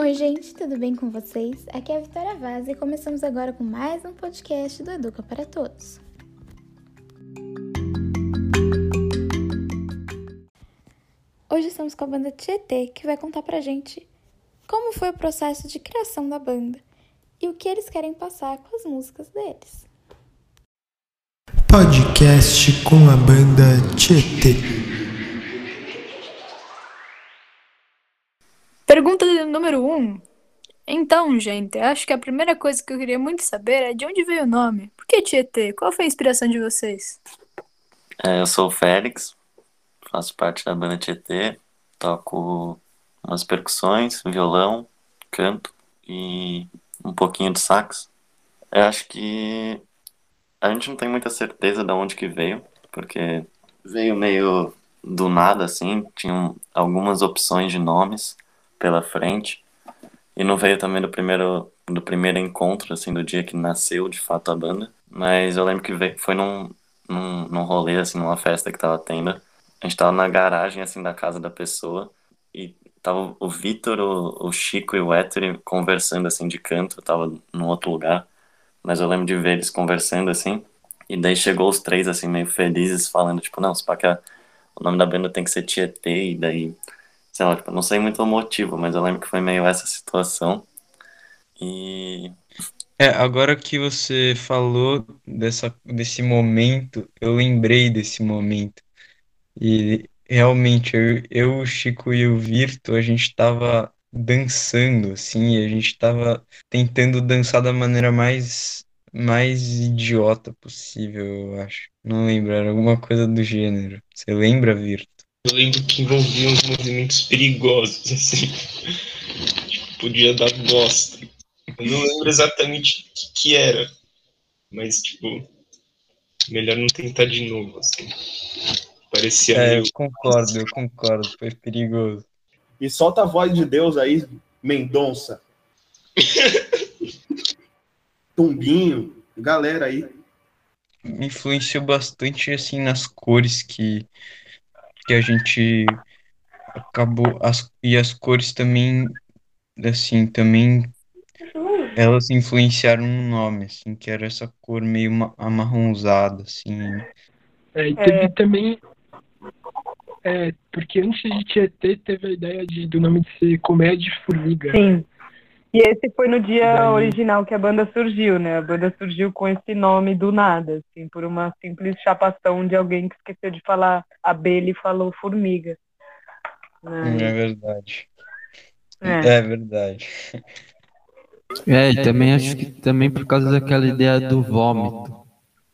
Oi, gente, tudo bem com vocês? Aqui é a Vitória Vaz e começamos agora com mais um podcast do Educa para Todos. Hoje estamos com a banda Tietê, que vai contar pra gente como foi o processo de criação da banda e o que eles querem passar com as músicas deles. Podcast com a banda Tietê. Pergunta número 1. Então, gente, acho que a primeira coisa que eu queria muito saber é de onde veio o nome. Por que Tietê? Qual foi a inspiração de vocês? Eu sou o Félix, faço parte da banda Tietê, toco umas percussões, violão, canto e um pouquinho de sax. Eu acho que a gente não tem muita certeza de onde que veio, porque veio meio do nada, assim, tinham algumas opções de nomes pela frente, e não veio também do primeiro encontro, assim, do dia que nasceu, de fato, a banda. Mas eu lembro que foi num rolê, assim, numa festa que tava tendo. A gente tava na garagem, assim, da casa da pessoa, e tava o Vitor, o Chico e o Héctor conversando, assim, de canto. Eu tava num outro lugar, mas eu lembro de ver eles conversando, assim, e daí chegou os três, assim, meio felizes, falando, tipo, não, se pá que o nome da banda tem que ser Tietê, e daí, sei lá, tipo, eu não sei muito o motivo, mas eu lembro que foi meio essa situação. E Agora que você falou desse momento, eu lembrei desse momento. E realmente, o Chico e o Virto, a gente tava dançando, assim, e a gente tava tentando dançar da maneira mais idiota possível, eu acho. Não lembro, era alguma coisa do gênero. Você lembra, Virto? Eu lembro que envolvia uns movimentos perigosos, assim. Tipo, podia dar bosta. Eu não lembro exatamente o que era. Mas, tipo, melhor não tentar de novo, assim. Parecia meio... Eu concordo, foi perigoso. E solta a voz de Deus aí, Mendonça. Tumbinho, galera aí. Influenciou bastante, assim, nas cores que a gente acabou, e as cores também, assim, também elas influenciaram no nome, assim, que era essa cor meio amarronzada, assim. E teve também, porque antes de Tietê teve a ideia do nome de ser Comédia de Formiga. Sim. E esse foi no dia original que a banda surgiu, né? A banda surgiu com esse nome do nada, assim, por uma simples chapação de alguém que esqueceu de falar abelha e falou formiga. É verdade. É verdade. E também acho que também por causa daquela ideia do vômito.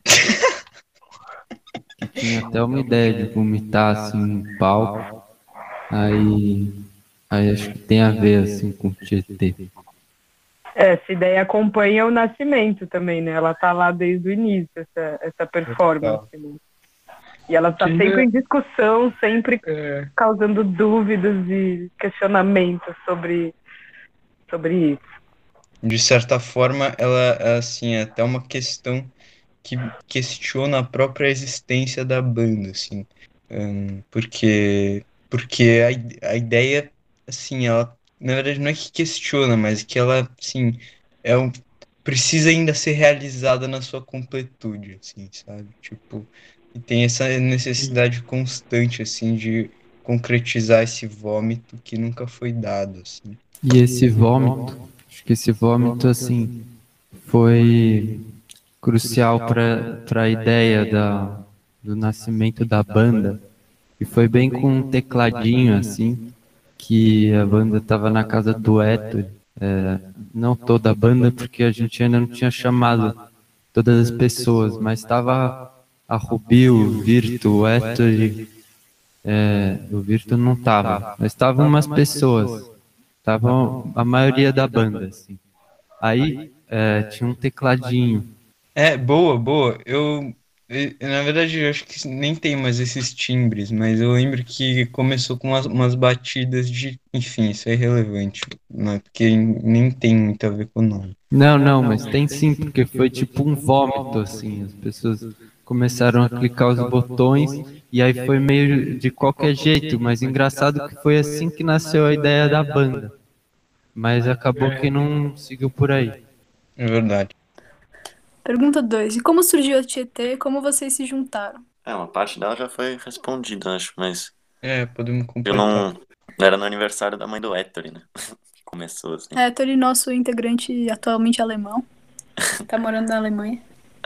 Que tinha até uma ideia de vomitar assim no palco. Aí acho que tem a ver assim com o Tietê. Essa ideia acompanha o Nascimento também, né? Ela tá lá desde o início, essa performance. Né? E ela tá sempre em discussão, sempre causando dúvidas e questionamentos sobre isso. De certa forma, ela assim, é até uma questão que questiona a própria existência da banda, assim. Porque a ideia, assim, ela, na verdade, não é que questiona, mas que ela, assim, precisa ainda ser realizada na sua completude, assim, sabe? Tipo, e tem essa necessidade constante, assim, de concretizar esse vômito que nunca foi dado, assim. E esse vômito, acho que esse vômito, assim, foi crucial para a ideia do nascimento da banda. E foi bem com um tecladinho, assim, que a banda estava na casa do Héctor. Não toda a banda, porque a gente ainda não tinha chamado todas as pessoas, mas estava a Rubi, o Virto, o Héctor o Virto não estava, mas estavam umas pessoas, estava a maioria da banda, assim. Aí tinha um tecladinho. Boa. Na verdade, eu acho que nem tem mais esses timbres, mas eu lembro que começou com umas batidas de... Enfim, isso é irrelevante, né? Porque nem tem muito a ver com o nome. Não, mas tem sim, porque foi tipo um vômito, assim. As pessoas começaram a clicar os botões e aí foi meio de qualquer jeito, mas engraçado que foi assim que nasceu a ideia da banda. mas acabou que não seguiu por aí. É verdade. Pergunta 2. E como surgiu a Tietê? Como vocês se juntaram? Uma parte dela já foi respondida, acho, mas Podemos eu completar. não... Era no aniversário da mãe do Héctor, né? Que começou, assim. Héctor, nosso integrante atualmente alemão. Tá morando na Alemanha.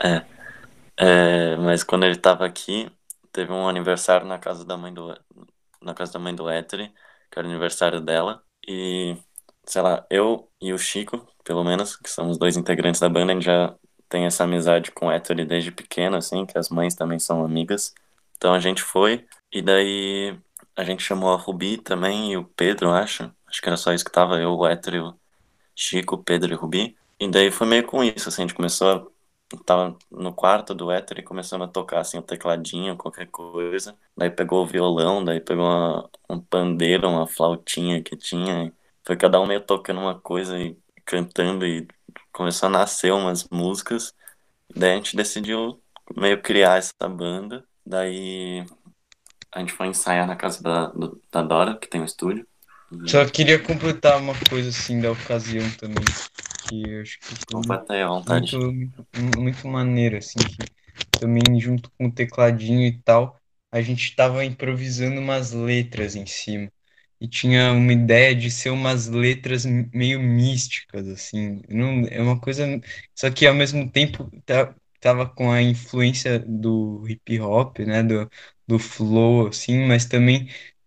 Mas quando ele tava aqui, teve um aniversário na casa da mãe do Héctor, que era o aniversário dela. E, sei lá, eu e o Chico, pelo menos, que somos 2 integrantes da banda, a gente já tem essa amizade com o Héctor desde pequeno, assim, que as mães também são amigas. Então a gente foi, e daí a gente chamou a Rubi também e o Pedro, acho. Acho que era só isso que tava, eu, o Héctor e o Chico, o Pedro e o Rubi. E daí foi meio com isso, assim, a gente começou tava no quarto do Héctor e começando a tocar, assim, o tecladinho, qualquer coisa. Daí pegou o violão, daí pegou um pandeiro, uma flautinha que tinha. E foi cada um meio tocando uma coisa e cantando e começou a nascer umas músicas. Daí a gente decidiu meio criar essa banda. Daí a gente foi ensaiar na casa da Dora, que tem um estúdio. Só queria completar uma coisa assim da ocasião também, que eu acho que foi Completa aí à vontade. muito maneiro, assim, que também junto com o tecladinho e tal, a gente tava improvisando umas letras em cima. E tinha uma ideia de ser umas letras meio místicas, assim. Não, é uma coisa. Só que ao mesmo tempo tava com a influência do hip hop, né? Do flow, assim, mas também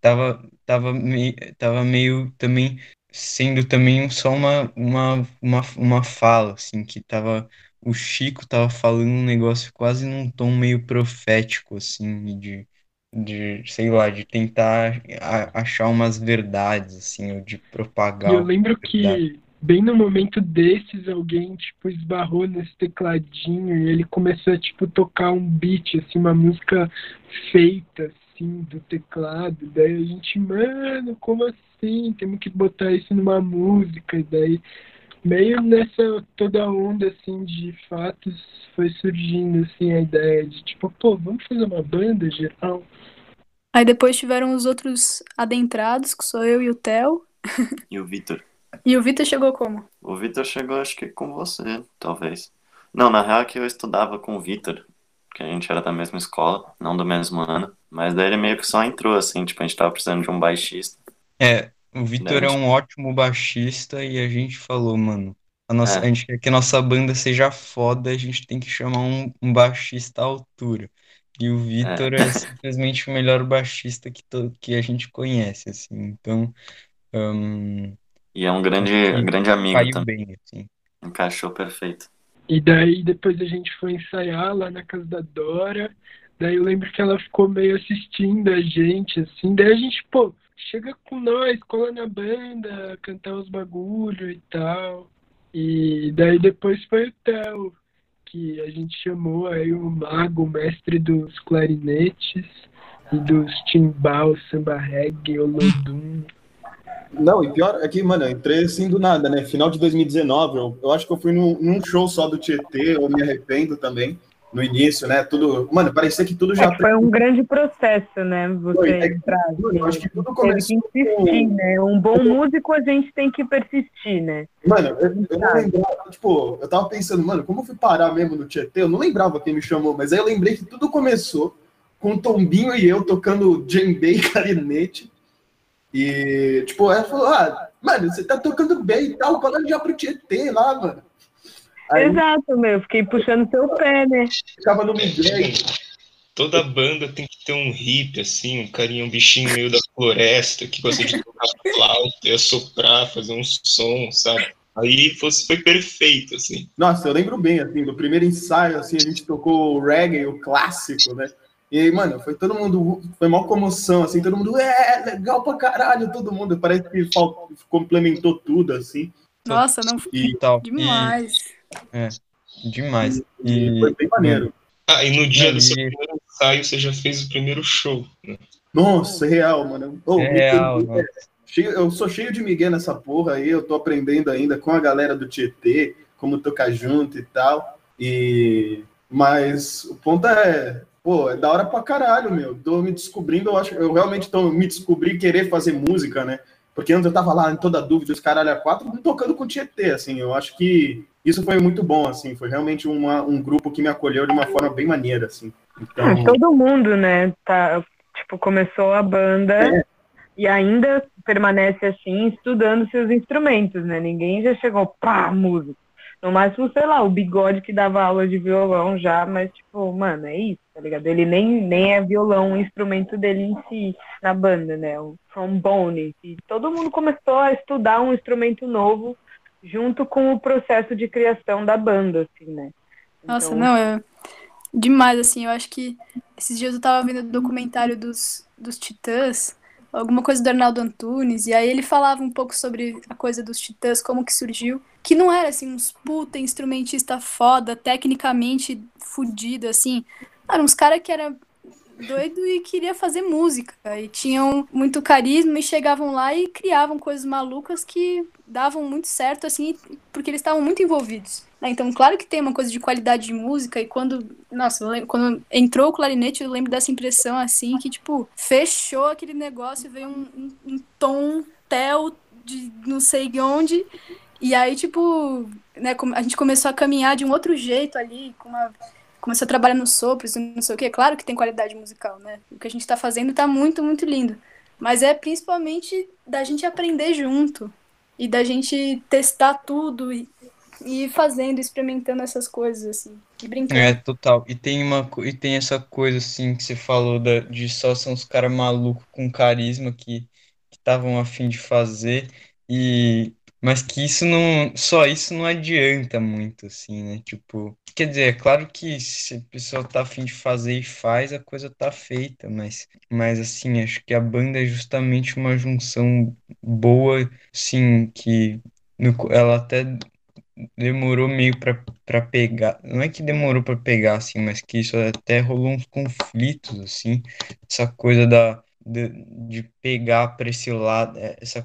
tava meio também sendo também só uma fala, assim, que tava. O Chico tava falando um negócio quase num tom meio profético, assim, sei lá, de tentar achar umas verdades, assim, ou de E propagar eu uma lembro verdade. que, bem no momento desses, alguém, tipo, esbarrou nesse tecladinho e ele começou a, tipo, tocar um beat, assim, uma música feita, assim, do teclado. Daí a gente, mano, como assim? Temos que botar isso numa música. E daí, meio nessa toda onda, assim, de fatos, foi surgindo, assim, a ideia de, tipo, pô, vamos fazer uma banda geral? Aí depois tiveram os outros adentrados, que sou eu e o Theo. E o Vitor. E o Vitor chegou como? O Vitor chegou, acho que com você, talvez. Não, na real é que eu estudava com o Vitor, que a gente era da mesma escola, não do mesmo ano. Mas daí ele meio que só entrou, assim, tipo, a gente tava precisando de um baixista. O Vitor é um ótimo baixista e a gente falou, mano, a gente quer que a nossa banda seja foda, a gente tem que chamar um baixista à altura. E o Vitor é simplesmente o melhor baixista que a gente conhece, assim, então... E é um grande amigo caiu também. bem, assim. Encaixou perfeito. E daí depois a gente foi ensaiar lá na casa da Dora. Daí eu lembro que ela ficou meio assistindo a gente, assim. Daí a gente, pô, chega com nós, cola na banda, cantar os bagulho e tal. E daí depois foi o Theo, que a gente chamou aí o mago, o mestre dos clarinetes e dos timbal, samba reggae, olodum. Não, e pior é que, mano, eu entrei assim do nada, né? Final de 2019, eu acho que eu fui num show só do Tietê, eu me arrependo também, no início, né? Tudo, mano, parecia que tudo já... Foi um grande processo, né? Você entrar. Eu acho que tudo Teve começou que insistir, né? Um bom músico a gente tem que persistir, né? Mano, eu não lembrava, tipo, eu tava pensando, mano, como eu fui parar mesmo no Tietê? Eu não lembrava quem me chamou, mas aí eu lembrei que tudo começou com o Tombinho e eu tocando djembe e clarinete. E, tipo, ela falou, mano, você tá tocando bem e tal, fala já pro Tietê lá, mano. Aí, exato, meu, fiquei puxando seu pé, né? Ficava no Miguel. Toda banda tem que ter um hippie, assim, um carinha, um bichinho meio da floresta, que gosta de tocar flauta e assoprar, fazer um som, sabe? Aí foi perfeito, assim. Nossa, eu lembro bem, assim, do primeiro ensaio, assim, a gente tocou o reggae, o clássico, né? E aí, mano, foi todo mundo, foi uma comoção, assim, todo mundo, legal pra caralho, todo mundo, parece que complementou tudo, assim. Nossa, não foi demais. Demais. E foi bem maneiro. E no dia do seu primeiro ensaio, você já fez o primeiro show, né? Nossa, real, mano. Real, mano. Eu sou cheio de migué nessa porra aí, eu tô aprendendo ainda com a galera do Tietê, como tocar junto e tal. Mas o ponto é, pô, é da hora pra caralho, meu. Tô me descobrindo, eu realmente tô me descobri querer fazer música, né? Porque antes eu tava lá em toda dúvida, os caralho a quatro, tocando com o Tietê, assim. Eu acho que isso foi muito bom, assim. Foi realmente um grupo que me acolheu de uma forma bem maneira, assim. Então... Todo mundo, né, tipo, começou a banda e ainda permanece assim, estudando seus instrumentos, né? Ninguém já chegou, pá, músico. No máximo, sei lá, o Bigode que dava aula de violão já, mas, tipo, mano, é isso, tá ligado? Ele nem é violão, o instrumento dele em si, na banda, né? O trombone. E todo mundo começou a estudar um instrumento novo junto com o processo de criação da banda, assim, né? Nossa, Então... não, é demais, assim, eu acho que esses dias eu tava vendo o documentário dos Titãs, alguma coisa do Arnaldo Antunes, e aí ele falava um pouco sobre a coisa dos Titãs, como que surgiu, que não era, assim, uns puta instrumentista foda, tecnicamente fudido, assim, eram uns caras que eram doido e queria fazer música, e tinham muito carisma e chegavam lá e criavam coisas malucas que davam muito certo, assim, porque eles estavam muito envolvidos. Então, claro que tem uma coisa de qualidade de música, e quando entrou o clarinete, eu lembro dessa impressão, assim, que, tipo, fechou aquele negócio, veio um tom tel de não sei onde, e aí, tipo, né, a gente começou a caminhar de um outro jeito ali, começou a trabalhar nos sopros, não sei o quê. Claro que tem qualidade musical, né? O que a gente tá fazendo tá muito, muito lindo. Mas é principalmente da gente aprender junto, e da gente testar tudo, e ir fazendo, experimentando essas coisas, assim, e brincando. Total. E tem essa coisa, assim, que você falou de só são os caras malucos com carisma que estavam a fim de fazer, mas que só isso não adianta muito, assim, né? Tipo, quer dizer, é claro que se a pessoa tá a fim de fazer e faz, a coisa tá feita, mas assim, acho que a banda é justamente uma junção boa, assim, que ela até demorou meio pra pegar. Não é que demorou pra pegar, assim, mas que isso até rolou uns conflitos, assim. Essa coisa de pegar pra esse lado,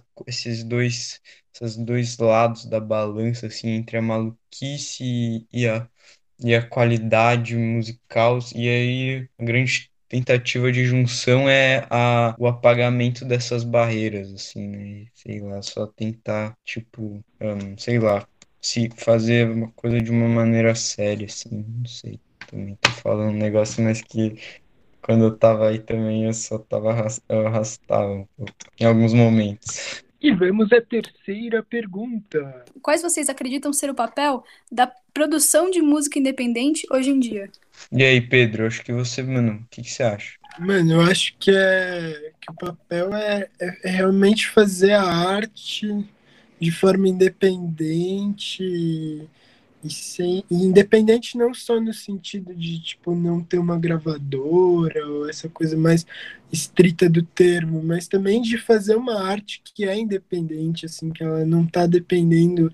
esses dois lados da balança, assim, entre a maluquice e a qualidade musical. E aí, a grande tentativa de junção é o apagamento dessas barreiras, assim, né? Sei lá, só tentar, tipo, sei lá, se fazer uma coisa de uma maneira séria, assim, não sei. Também tô falando um negócio, mas que quando eu tava aí também eu só tava eu arrastava um pouco, em alguns momentos. E vamos à terceira pergunta. Quais vocês acreditam ser o papel da produção de música independente hoje em dia? E aí, Pedro, acho que você, mano, o que você acha? Mano, eu acho que o papel é realmente fazer a arte de forma independente e independente não só no sentido de, tipo, não ter uma gravadora ou essa coisa mais estrita do termo, mas também de fazer uma arte que é independente, assim, que ela não tá dependendo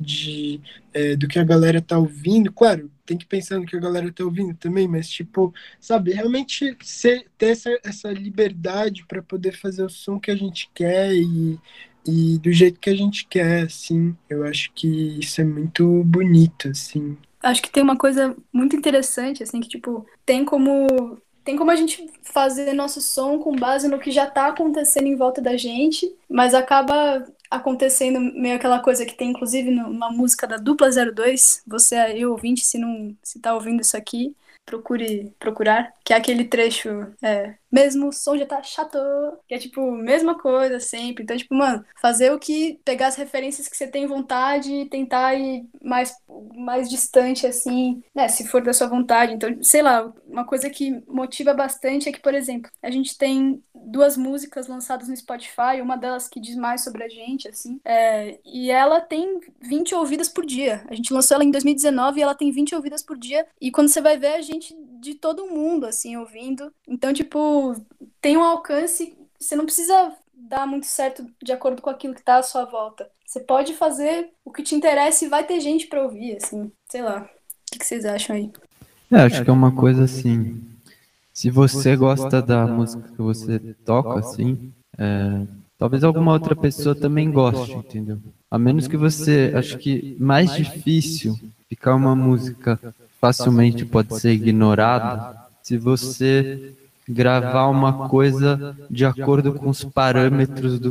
do que a galera tá ouvindo. Claro, tem que pensar no que a galera tá ouvindo também, mas, tipo, sabe, realmente ter essa liberdade para poder fazer o som que a gente quer e do jeito que a gente quer, assim. Eu acho que isso é muito bonito, assim. Acho que tem uma coisa muito interessante, assim, que, tipo, tem como a gente fazer nosso som com base no que já tá acontecendo em volta da gente, mas acaba acontecendo meio aquela coisa que tem, inclusive, numa música da Dupla 02, você aí, ouvinte, se tá ouvindo isso aqui, procure procurar, que é aquele trecho, mesmo o som já tá chato, que é tipo, mesma coisa sempre. Então, tipo, mano, fazer pegar as referências que você tem vontade e tentar ir mais distante, assim, né, se for da sua vontade. Então, sei lá, uma coisa que motiva bastante é que, por exemplo, a gente tem 2 músicas lançadas no Spotify, uma delas que diz mais sobre a gente, assim, e ela tem 20 ouvidas por dia. A gente lançou ela em 2019 e ela tem 20 ouvidas por dia, e quando você vai ver, a gente de todo mundo, assim, ouvindo. Então, tipo, tem um alcance, você não precisa dar muito certo de acordo com aquilo que tá à sua volta. Você pode fazer o que te interessa e vai ter gente pra ouvir, assim, sei lá. O que vocês acham aí? Acho que é uma coisa assim, se você gosta da música que você toca, assim, talvez alguma outra pessoa também goste, entendeu? A menos que você, acho que mais difícil ficar uma música facilmente pode ser ignorada se você gravar uma coisa de acordo com os parâmetros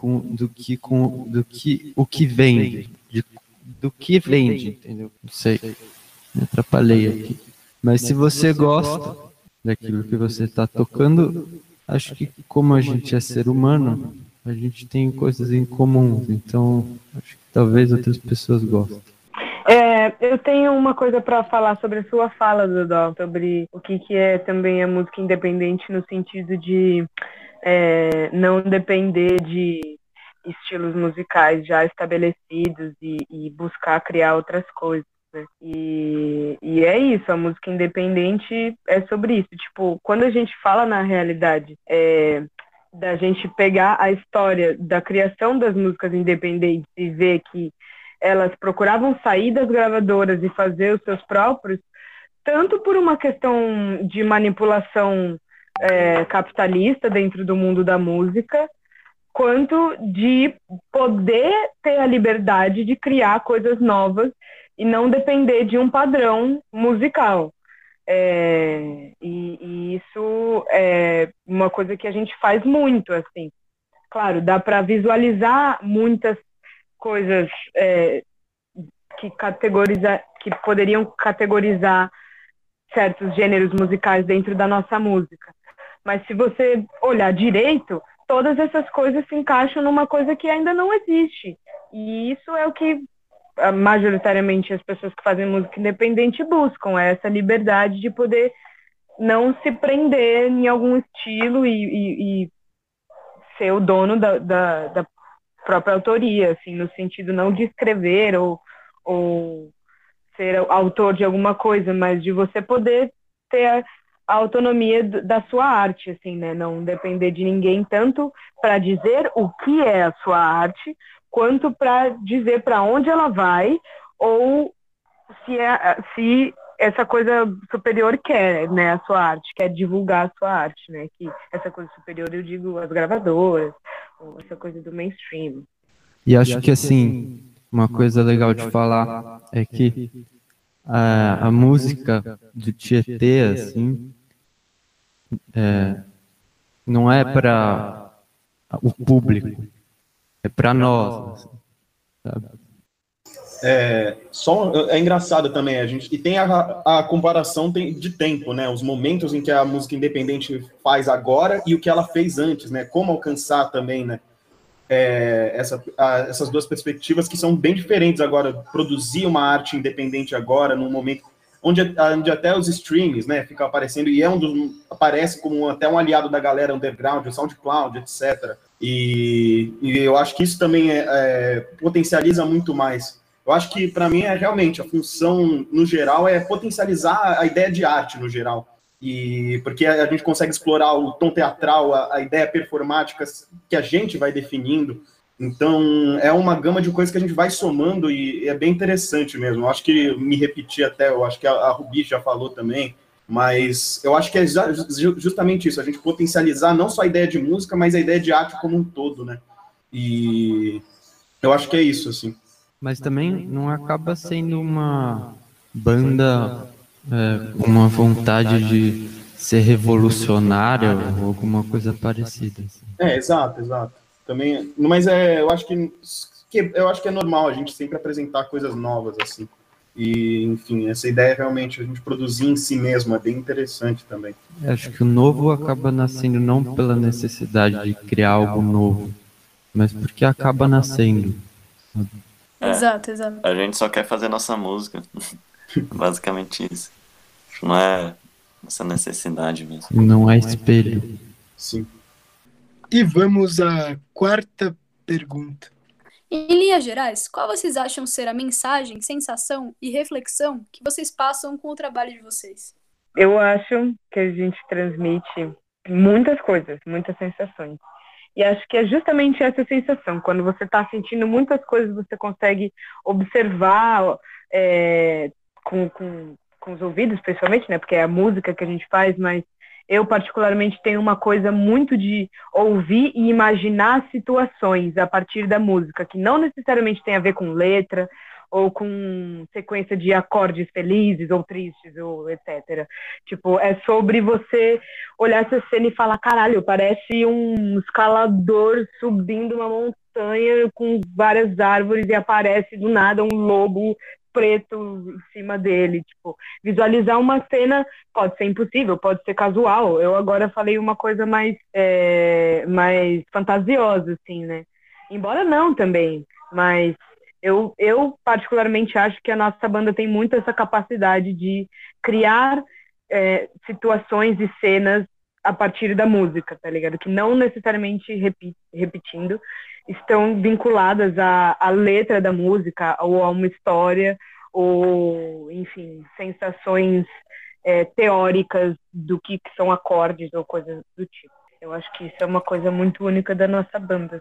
o que vende, do que vende, entendeu? Não sei, me atrapalhei aqui. Mas se você gosta daquilo que você está tocando, acho que como a gente é ser humano, a gente tem coisas em comum, então acho que talvez outras pessoas gostem. Eu tenho uma coisa para falar sobre a sua fala, Dodó, sobre o que é também a música independente no sentido de não depender de estilos musicais já estabelecidos e buscar criar outras coisas, né? E é isso, a música independente é sobre isso. Tipo, quando a gente fala na realidade da gente pegar a história da criação das músicas independentes e ver que elas procuravam sair das gravadoras e fazer os seus próprios, tanto por uma questão de manipulação capitalista dentro do mundo da música, quanto de poder ter a liberdade de criar coisas novas e não depender de um padrão musical. E isso é uma coisa que a gente faz muito, assim. Claro, dá para visualizar muitas coisas que poderiam categorizar certos gêneros musicais dentro da nossa música. Mas se você olhar direito, todas essas coisas se encaixam numa coisa que ainda não existe. E isso é o que majoritariamente as pessoas que fazem música independente buscam, é essa liberdade de poder não se prender em algum estilo e ser o dono da própria autoria, assim, no sentido não de escrever ou ser autor de alguma coisa, mas de você poder ter a autonomia da sua arte, assim, né? Não depender de ninguém tanto para dizer o que é a sua arte, quanto para dizer para onde ela vai ou se essa coisa superior quer, né, a sua arte, quer divulgar a sua arte, né? Que essa coisa superior eu digo as gravadoras, ou essa coisa do mainstream. E acho que, assim, uma coisa legal de falar é que a música do Tietê, assim, não é para o público, é para nós, assim, sabe? É engraçado também, e tem a comparação de tempo, né? Os momentos em que a música independente faz agora e o que ela fez antes, né? Como alcançar também, né? Essas duas perspectivas que são bem diferentes agora. Produzir uma arte independente agora, num momento onde até os streams, né, ficam aparecendo, e aparece como até um aliado da galera underground, o SoundCloud, etc. E eu acho que isso também potencializa muito mais. Eu acho que, para mim, realmente a função, no geral, é potencializar a ideia de arte, no geral. Porque a gente consegue explorar o tom teatral, a ideia performática que a gente vai definindo. Então, é uma gama de coisas que a gente vai somando e é bem interessante mesmo. Eu acho que me repeti até, eu acho que a Rubi já falou também, mas eu acho que é justamente isso, a gente potencializar não só a ideia de música, mas a ideia de arte como um todo, né? E eu acho que é isso, assim. Mas também não acaba sendo uma banda com uma vontade de ser revolucionária ou alguma coisa parecida. Assim. Exato. Também, mas eu acho que é normal a gente sempre apresentar coisas novas, assim. E, enfim, essa ideia realmente a gente produzir em si mesmo é bem interessante também. Acho que o novo acaba nascendo não pela necessidade de criar algo novo, mas porque acaba nascendo. Exato. A gente só quer fazer nossa música. Basicamente isso. Não é essa necessidade mesmo. Não é espelho. Sim. E vamos à quarta pergunta. Em linhas gerais, qual vocês acham ser a mensagem, sensação e reflexão que vocês passam com o trabalho de vocês? Eu acho que a gente transmite muitas coisas, muitas sensações. E acho que é justamente essa sensação. Quando você está sentindo muitas coisas, você consegue observar com os ouvidos, principalmente, né? Porque é a música que a gente faz, mas eu, particularmente, tenho uma coisa muito de ouvir e imaginar situações a partir da música, que não necessariamente tem a ver com letra ou com sequência de acordes felizes ou tristes, ou etc. Tipo, é sobre você olhar essa cena e falar, caralho, parece um escalador subindo uma montanha com várias árvores e aparece do nada um lobo preto em cima dele. Tipo, visualizar uma cena pode ser impossível, pode ser casual. Eu agora falei uma coisa mais fantasiosa, assim, né? Embora não também, mas eu particularmente acho que a nossa banda tem muito essa capacidade de criar situações e cenas a partir da música, tá ligado? Que não necessariamente repetindo, estão vinculadas à letra da música ou a uma história ou, enfim, sensações teóricas do que são acordes ou coisas do tipo. Eu acho que isso é uma coisa muito única da nossa banda.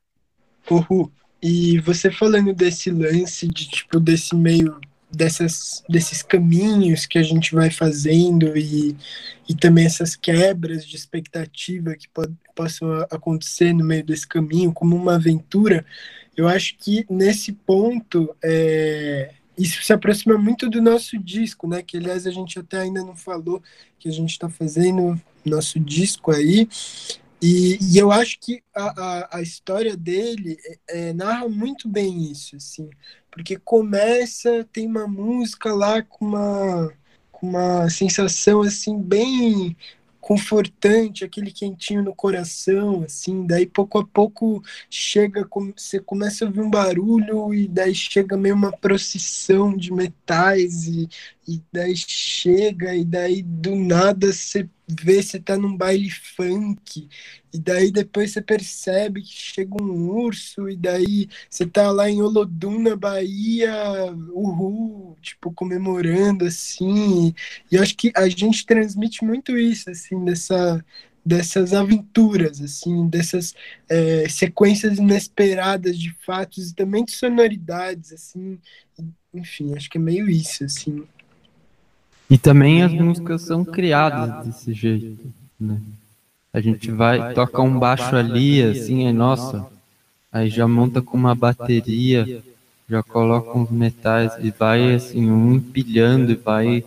E você falando desse lance de tipo desse meio desses caminhos que a gente vai fazendo e também essas quebras de expectativa que possam acontecer no meio desse caminho como uma aventura, eu acho que nesse ponto isso se aproxima muito do nosso disco, né? Que aliás a gente até ainda não falou que a gente está fazendo nosso disco aí. E eu acho que a história dele narra muito bem isso, assim, porque tem uma música lá com uma sensação, assim, bem confortante, aquele quentinho no coração, assim, daí pouco a pouco você começa a ouvir um barulho e daí chega meio uma procissão de metais e daí chega e daí do nada você tá num baile funk e daí depois você percebe que chega um urso e daí você tá lá em Olodum, na Bahia, tipo, comemorando, assim, e eu acho que a gente transmite muito isso, assim, dessas aventuras, assim, dessas sequências inesperadas de fatos e também de sonoridades, assim, enfim, acho que é meio isso, assim. E também as músicas são criadas desse jeito, né? A gente vai, toca um baixo ali, assim, nossa, aí já monta com uma bateria, já coloca uns metais e vai, assim, empilhando e vai,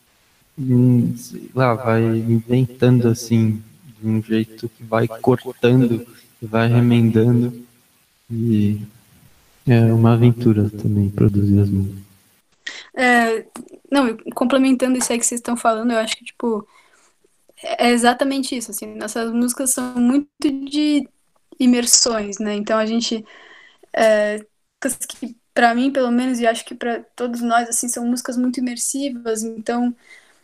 sei lá, vai inventando, assim, de um jeito que vai cortando e vai remendando. E é uma aventura também produzir as músicas. Não, complementando isso aí que vocês estão falando, eu acho que, tipo, é exatamente isso, assim, nossas músicas são muito de imersões, né, então a gente, que pra mim, pelo menos, e acho que pra todos nós, assim, são músicas muito imersivas, então,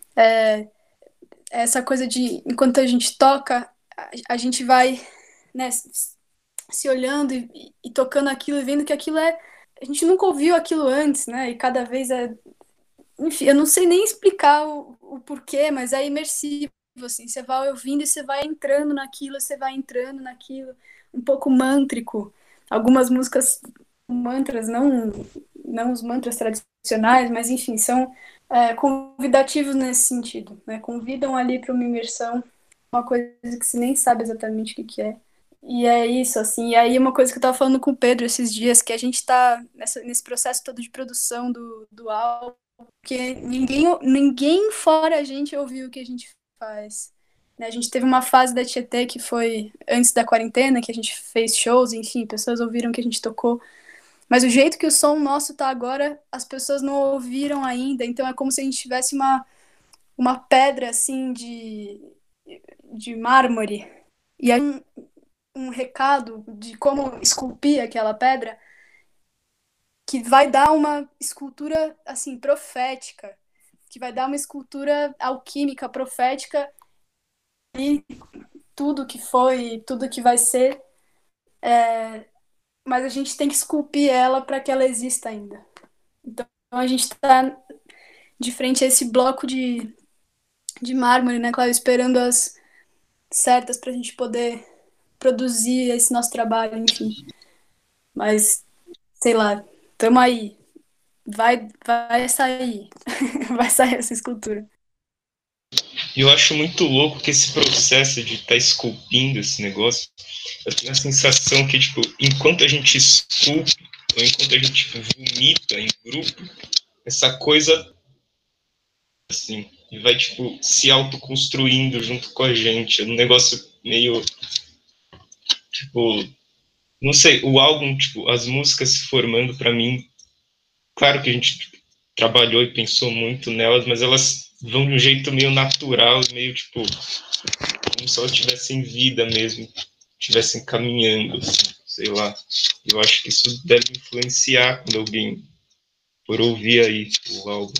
essa coisa de, enquanto a gente toca, a gente vai, né, se olhando e tocando aquilo e vendo que aquilo a gente nunca ouviu aquilo antes, né, e cada vez enfim, eu não sei nem explicar o porquê, mas é imersivo, assim, você vai ouvindo e você vai entrando naquilo, um pouco mântrico. Algumas músicas mantras, não os mantras tradicionais, mas enfim, são convidativos nesse sentido, né? Convidam ali para uma imersão, uma coisa que você nem sabe exatamente o que é. E é isso, assim, e aí uma coisa que eu tava falando com o Pedro esses dias, que a gente tá nesse processo todo de produção do álbum, porque ninguém fora a gente ouviu o que a gente faz. Né? A gente teve uma fase da Tietê que foi antes da quarentena, que a gente fez shows, enfim, pessoas ouviram o que a gente tocou. Mas o jeito que o som nosso tá agora, as pessoas não ouviram ainda. Então é como se a gente tivesse uma pedra, assim, de mármore. E aí um recado de como esculpir aquela pedra que vai dar uma escultura, assim, profética, que vai dar uma escultura alquímica, profética, e tudo que foi, tudo que vai ser, mas a gente tem que esculpir ela para que ela exista ainda. Então a gente está de frente a esse bloco de mármore, né, Cláudio, esperando as certas para a gente poder produzir esse nosso trabalho, enfim. Mas, sei lá, tamo aí. Vai sair. Vai sair essa escultura. E eu acho muito louco que esse processo de estar esculpindo esse negócio, eu tenho a sensação que, tipo, enquanto a gente esculpe, ou enquanto a gente tipo, vomita em grupo, essa coisa assim, e vai tipo se autoconstruindo junto com a gente. É um negócio meio tipo, não sei, o álbum, tipo, as músicas se formando para mim, claro que a gente tipo, trabalhou e pensou muito nelas, mas elas vão de um jeito meio natural, meio tipo como se elas tivessem vida mesmo, estivessem caminhando, assim, sei lá. Eu acho que isso deve influenciar quando alguém for ouvir aí o álbum.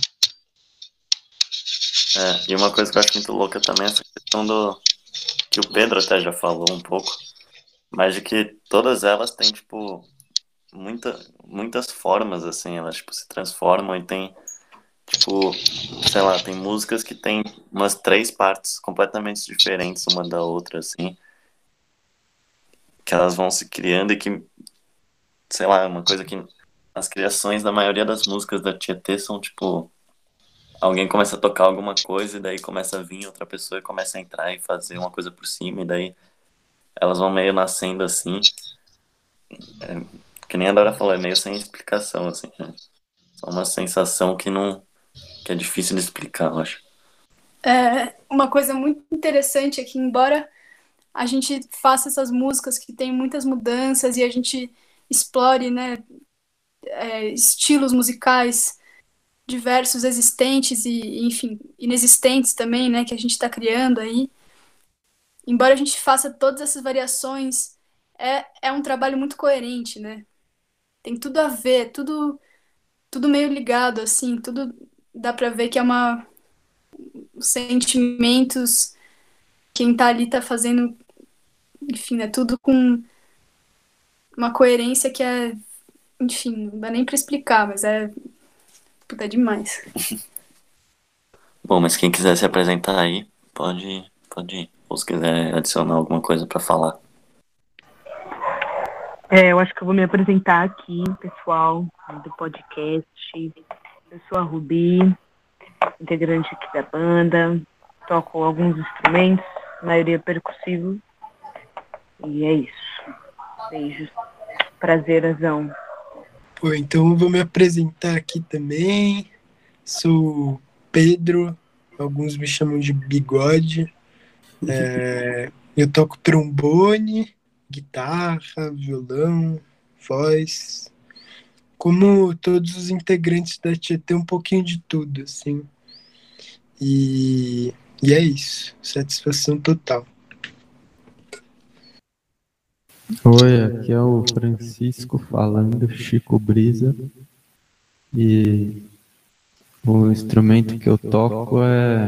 E uma coisa que eu acho muito louca também é essa questão do que o Pedro até já falou um pouco, mas de que todas elas têm, tipo, muitas formas, assim, elas, tipo, se transformam e tem, tipo, sei lá, tem músicas que tem umas 3 partes completamente diferentes uma da outra, assim, que elas vão se criando e que, sei lá, uma coisa que as criações da maioria das músicas da Tietê são, tipo, alguém começa a tocar alguma coisa e daí começa a vir outra pessoa e começa a entrar e fazer uma coisa por cima e daí elas vão meio nascendo assim. Que nem a Dora falou, é meio sem explicação, assim. Né? Só uma sensação que é difícil de explicar, eu acho. Uma coisa muito interessante é que, embora a gente faça essas músicas que tem muitas mudanças e a gente explore, né, estilos musicais diversos, existentes e, enfim, inexistentes também, né, que a gente está criando aí. Embora a gente faça todas essas variações, é um trabalho muito coerente, né? Tem tudo a ver, tudo meio ligado, assim, tudo dá pra ver que é os sentimentos, quem tá ali tá fazendo, enfim, é tudo com uma coerência que enfim, não dá nem pra explicar, mas puta, é demais. Bom, mas quem quiser se apresentar aí, pode ir. Ou se quiser adicionar alguma coisa pra falar. Eu acho que eu vou me apresentar aqui, pessoal, do podcast. Eu sou a Rubi, integrante aqui da banda. Toco alguns instrumentos, maioria percussivo. E é isso. Beijos. Prazerzão. Pô, então eu vou me apresentar aqui também. Sou Pedro, alguns me chamam de Bigode. Eu toco trombone, guitarra, violão, voz. Como todos os integrantes da Tietê, um pouquinho de tudo, assim. E é isso. Satisfação total. Oi, aqui é o Francisco falando, Chico Brisa. E o instrumento que eu toco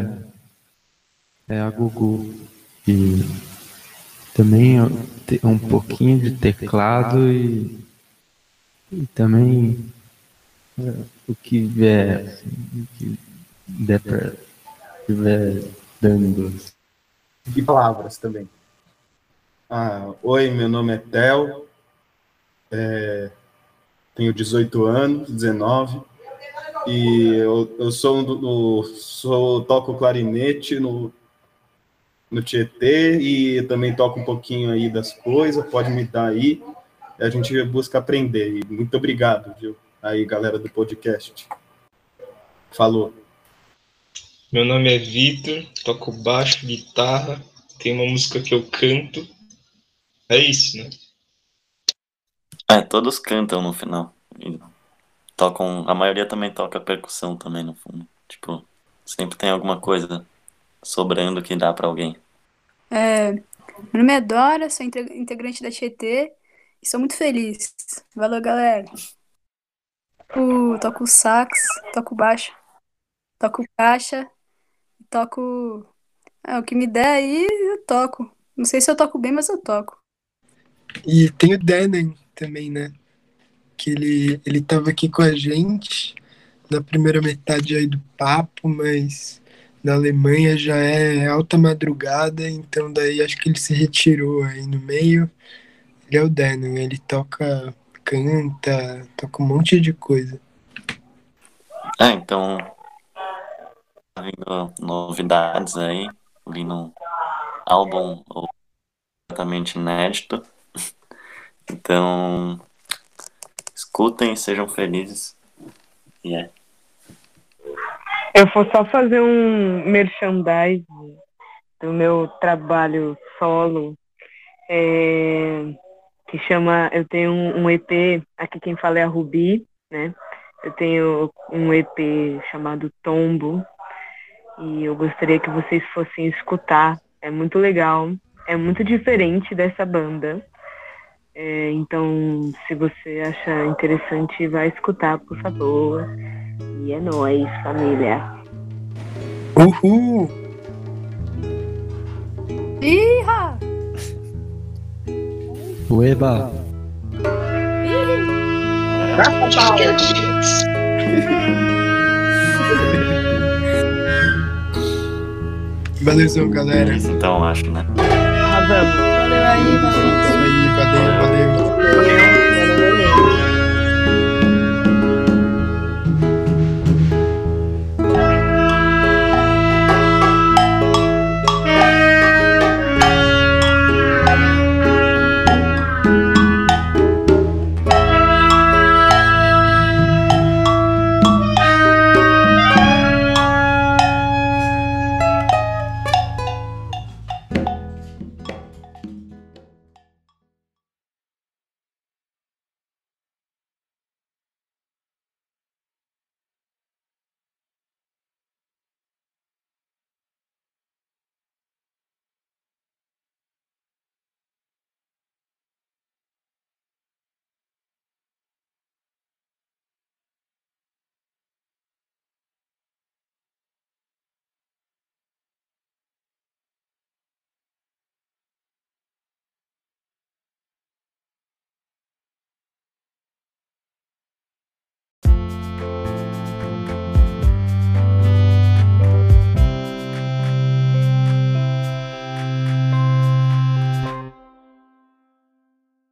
é a gugu. E também um pouquinho de teclado e também o que vier, assim, o que der pra estiver dando. E palavras também. Oi, meu nome é Theo, tenho 18 anos, 19, e eu toco clarinete no Tietê e também toco um pouquinho aí das coisas, pode me dar aí, a gente busca aprender. E muito obrigado, viu? Aí, galera do podcast. Falou. Meu nome é Vitor, toco baixo, guitarra, tem uma música que eu canto. É isso, né? Todos cantam no final. E a maioria também toca percussão também no fundo. Tipo, sempre tem alguma coisa sobrando que dá pra alguém. Meu nome é Dora, sou integrante da Tietê e sou muito feliz. Valeu, galera. Toco sax, toco baixo, toco caixa, toco... o que me der aí, eu toco. Não sei se eu toco bem, mas eu toco. E tem o Denan também, né? Que ele tava aqui com a gente na primeira metade aí do papo, mas na Alemanha já é alta madrugada, então daí acho que ele se retirou aí no meio. Ele é o Denan, ele toca, canta, toca um monte de coisa. Então, tá vindo novidades aí, vindo um álbum completamente inédito. Então, escutem, sejam felizes. E Eu vou só fazer um merchandising do meu trabalho solo, que chama... Eu tenho um EP, aqui quem fala é a Rubi, né? Eu tenho um EP chamado Tombo, e eu gostaria que vocês fossem escutar. É muito legal, é muito diferente dessa banda. Então, se você achar interessante, vai escutar, por favor. E é nóis, família. Uhul! Iha! Ueba! Valeu, galera. Então, acho, né? Arrasamos. Valeu aí, valeu.